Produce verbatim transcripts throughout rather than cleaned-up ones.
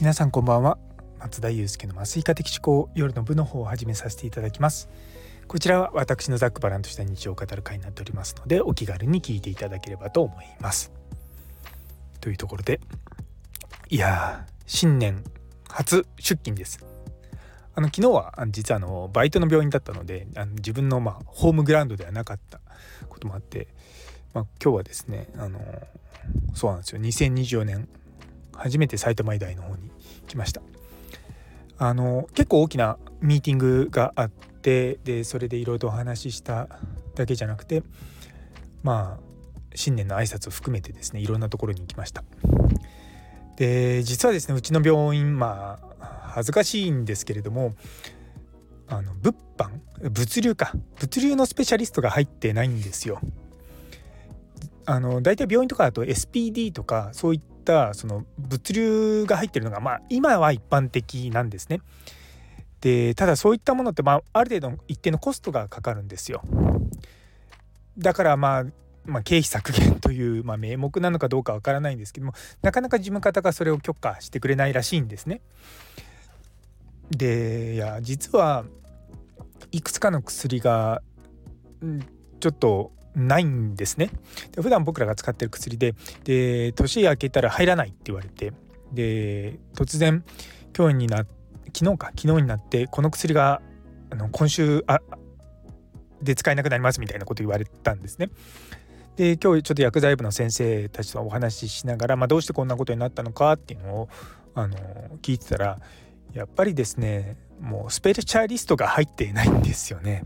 皆さんこんばんは。松田祐介の麻酔科的思考夜の部の方を始めさせていただきます。こちらは私のざっくばらんとした日常を語る会になっておりますので、お気軽に聞いていただければと思います。というところで、いやー新年初出勤です。あの昨日は実はあのバイトの病院だったので、あの自分のまあホームグラウンドではなかったこともあって、まあ、今日はですねあのそうなんですよ、にせんにじゅうよねん初めて埼玉医大の方に来ました。あの結構大きなミーティングがあって、でそれでいろいろとお話ししただけじゃなくて、まあ新年の挨拶を含めてですね、いろんなところに行きました。で実はですね、うちの病院、まあ恥ずかしいんですけれども、あの物販物流か物流のスペシャリストが入ってないんですよ。あのだいたい病院とかだと エスピーディー とかそういったその物流が入ってるのが、まあ今は一般的なんですね。でただそういったものって、まあ、ある程度一定のコストがかかるんですよ。だからまあまあ、経費削減という、まあ、名目なのかどうかわからないんですけども、なかなか事務方がそれを許可してくれないらしいんですね。でいや実はいくつかの薬がちょっとないんですね。で普段僕らが使ってる薬で、で年明けたら入らないって言われて、で突然今日にな昨日か昨日になってこの薬があの今週あで使えなくなりますみたいなこと言われたんですね。で今日ちょっと薬剤部の先生たちとお話ししながら、まあ、どうしてこんなことになったのかっていうのをあの聞いてたら、やっぱりですねもうスペシャリストが入っていないんですよね。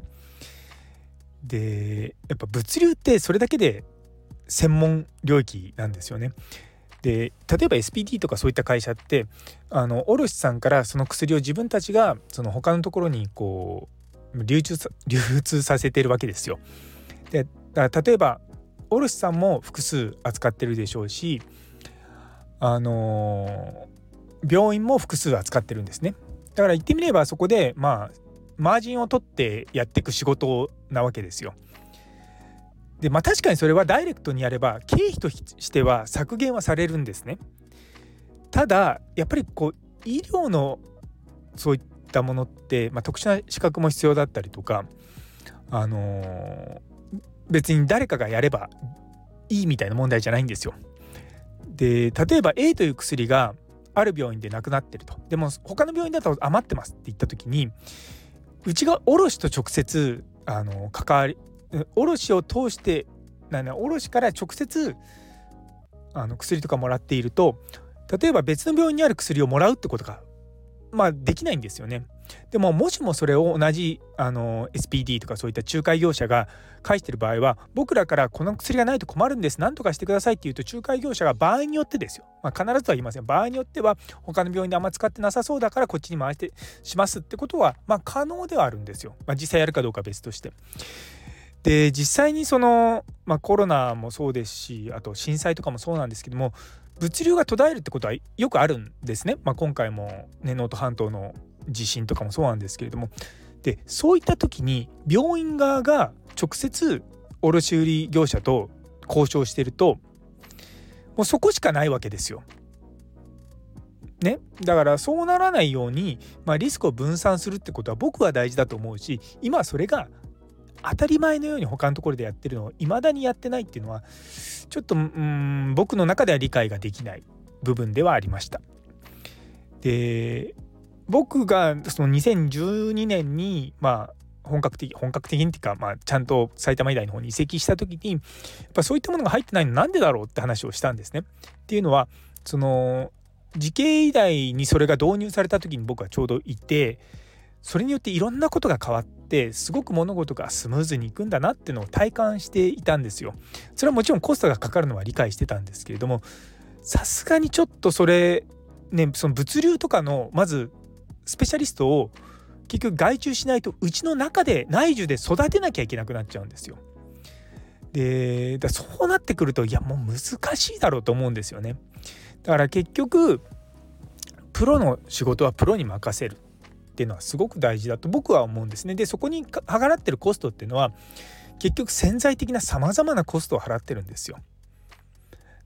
でやっぱ物流ってそれだけで専門領域なんですよね。で例えば エスピーディー とかそういった会社ってあの卸さんからその薬を自分たちがその他のところにこう流通さ流通させているわけですよ。でだから例えば卸さんも複数扱ってるでしょうし、あのー、病院も複数扱ってるんですね。だから言ってみればそこでまあマージンを取ってやっていく仕事なわけですよ。でまあ確かにそれはダイレクトにやれば経費としては削減はされるんですね。ただやっぱりこう医療のそういったものって、まあ、特殊な資格も必要だったりとか、あのー、別に誰かがやればいいみたいな問題じゃないんですよ。で例えば A という薬がある病院でなくなってると、でも他の病院だと余ってますって言った時に、うちが卸と直接あの関わり卸を通してなな卸から直接あの薬とかもらっていると、例えば別の病院にある薬をもらうってことがまあできないんですよね。でももしもそれを同じあの エスピーディー とかそういった仲介業者が返している場合は、僕らからこの薬がないと困るんです、何とかしてくださいって言うと、仲介業者が場合によってですよ、まあ、必ずとは言いません、場合によっては他の病院であんま使ってなさそうだからこっちに回してしますってことはまあ可能ではあるんですよ。まあ、実際やるかどうかは別として。で実際にその、まあ、コロナもそうですし、あと震災とかもそうなんですけども、物流が途絶えるってことはよくあるんですね。まあ、今回もね能登半島の地震とかもそうなんですけれども、でそういった時に病院側が直接卸売業者と交渉してると、もうそこしかないわけですよ。ね、だからそうならないように、まあ、リスクを分散するってことは僕は大事だと思うし、今それが当たり前のように他のところでやってるのを未だにやってないっていうのはちょっとうーん僕の中では理解ができない部分ではありました。で僕がそのにせんじゅうにねんにまあ本格的本格的にっていうか、まあ、ちゃんと埼玉医大の方に移籍した時にやっぱそういったものが入ってないのなんでだろうって話をしたんですね。っていうのはその慈恵医大にそれが導入された時に僕はちょうどいて、それによっていろんなことが変わってすごく物事がスムーズにいくんだなっていうのを体感していたんですよ。それはもちろんコストがかかるのは理解してたんですけれども、さすがにちょっとそれね、その物流とかのまずスペシャリストを結局外注しないとうちの中で内需で育てなきゃいけなくなっちゃうんですよ。でだそうなってくるといやもう難しいだろうと思うんですよね。だから結局プロの仕事はプロに任せるっていうのはすごく大事だと僕は思うんですね。でそこに払ってるコストっていうのは結局潜在的なさまざまなコストを払ってるんですよ。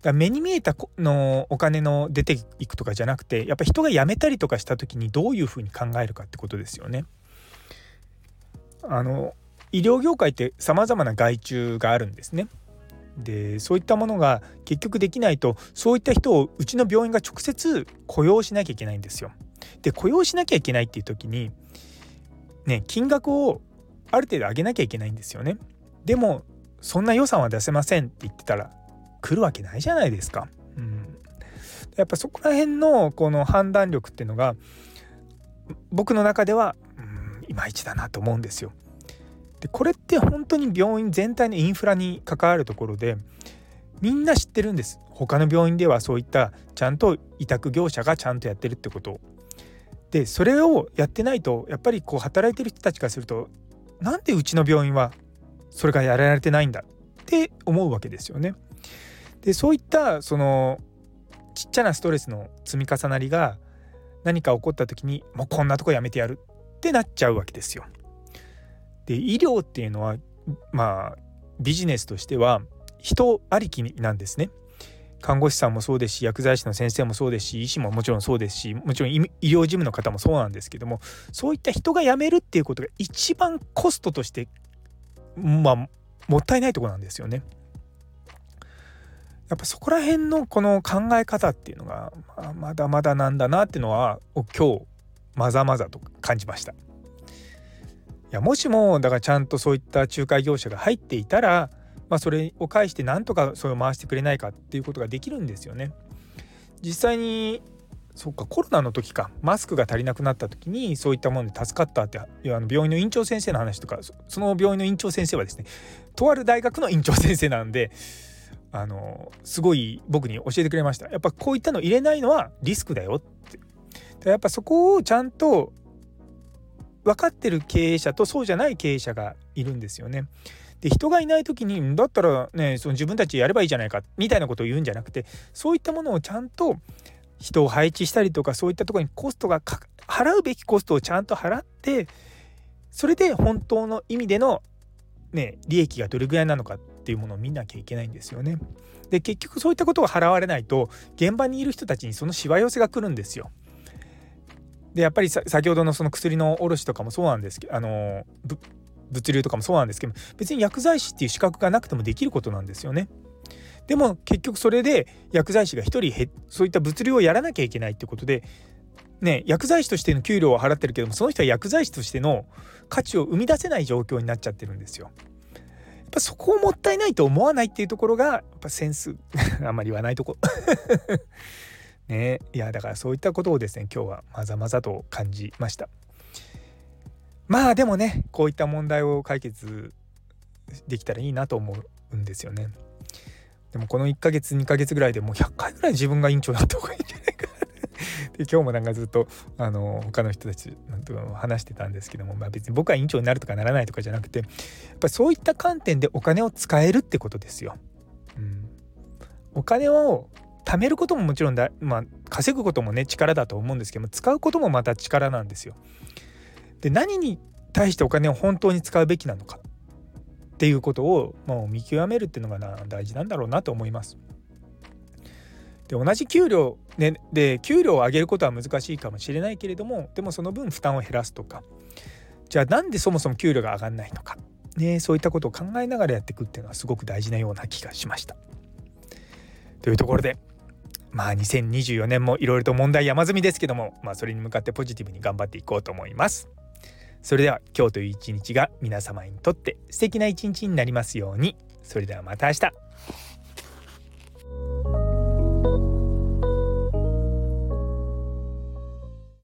から目に見えたのお金の出ていくとかじゃなくて、やっぱ人が辞めたりとかした時にどういうふうに考えるかってことですよね。あの医療業界ってさまざまな外注があるんですね。でそういったものが結局できないと、そういった人をうちの病院が直接雇用しなきゃいけないんですよ。で雇用しなきゃいけないっていう時にね、金額をある程度上げなきゃいけないんですよね。でもそんな予算は出せませんって言ってたら来るわけないじゃないですか。うん、やっぱそこら辺のこの判断力っていうのが僕の中では、うん、いまいちだなと思うんですよ。でこれって本当に病院全体のインフラに関わるところで、みんな知ってるんです。他の病院ではそういったちゃんと委託業者がちゃんとやってるってことで、それをやってないとやっぱりこう働いてる人たちからすると、なんでうちの病院はそれがやられてないんだって思うわけですよね。でそういったそのちっちゃなストレスの積み重なりが何か起こった時に、もうこんなとこやめてやるってなっちゃうわけですよ。で医療っていうのはまあビジネスとしては人ありきなんですね。看護師さんもそうですし、薬剤師の先生もそうですし、医師ももちろんそうですし、もちろん医療事務の方もそうなんですけども、そういった人が辞めるっていうことが一番コストとしてまあもったいないところなんですよね。やっぱそこら辺のこの考え方っていうのが、まあ、まだまだなんだなっていうのは今日まざまざと感じました。いやもしもだからちゃんとそういった仲介業者が入っていたら、まあ、それを介してなんとかそれを回してくれないかっていうことができるんですよね。実際にそうか、コロナの時か、マスクが足りなくなった時にそういったもので助かったって、あの病院の院長先生の話とか、その病院の院長先生はですね、とある大学の院長先生なんで、あのすごい僕に教えてくれました。やっぱこういったの入れないのはリスクだよって。やっぱそこをちゃんと分かってる経営者とそうじゃない経営者がいるんですよね。で人がいない時にだったらね、その自分たちやればいいじゃないかみたいなことを言うんじゃなくて、そういったものをちゃんと人を配置したりとか、そういったところにコストがか払うべきコストをちゃんと払って、それで本当の意味でのね利益がどれぐらいなのかっていうものを見なきゃいけないんですよね。で結局そういったことが払われないと、現場にいる人たちにそのしわ寄せが来るんですよ。でやっぱりさ先ほどのその薬の卸とかもそうなんですけど、あの物流とかもそうなんですけど、別に薬剤師っていう資格がなくてもできることなんですよね。でも結局それで薬剤師が一人へそういった物流をやらなきゃいけないってことでね、薬剤師としての給料を払ってるけども、その人は薬剤師としての価値を生み出せない状況になっちゃってるんですよ。やっぱそこをもったいないと思わないっていうところがやっぱセンスあんまり言わないとこね。いやだからそういったことをですね、今日はまざまざと感じました。まあでもね、こういった問題を解決できたらいいなと思うんですよね。でもこのいっかげつにかげつぐらいでもうひゃっかいぐらい自分が院長だった方がいいんじゃないかで今日もなんかずっとあの他の人たちと話してたんですけども、まあ、別に僕は院長になるとかならないとかじゃなくて、やっぱりそういった観点でお金を使えるってことですよ。うん、お金を貯めることももちろんだ、まあ、稼ぐこともね力だと思うんですけども、使うこともまた力なんですよ。で何に対してお金を本当に使うべきなのかっていうことをもう見極めるっていうのがな大事なんだろうなと思います。で同じ給料、ね、で給料を上げることは難しいかもしれないけれども、でもその分負担を減らすとか、じゃあなんでそもそも給料が上がんないのか、ね、そういったことを考えながらやっていくっていうのはすごく大事なような気がしました。というところでまあにせんにじゅうよねんもいろいろと問題山積みですけども、まあそれに向かってポジティブに頑張っていこうと思います。それでは今日という一日が皆様にとって素敵な一日になりますように。それではまた明日。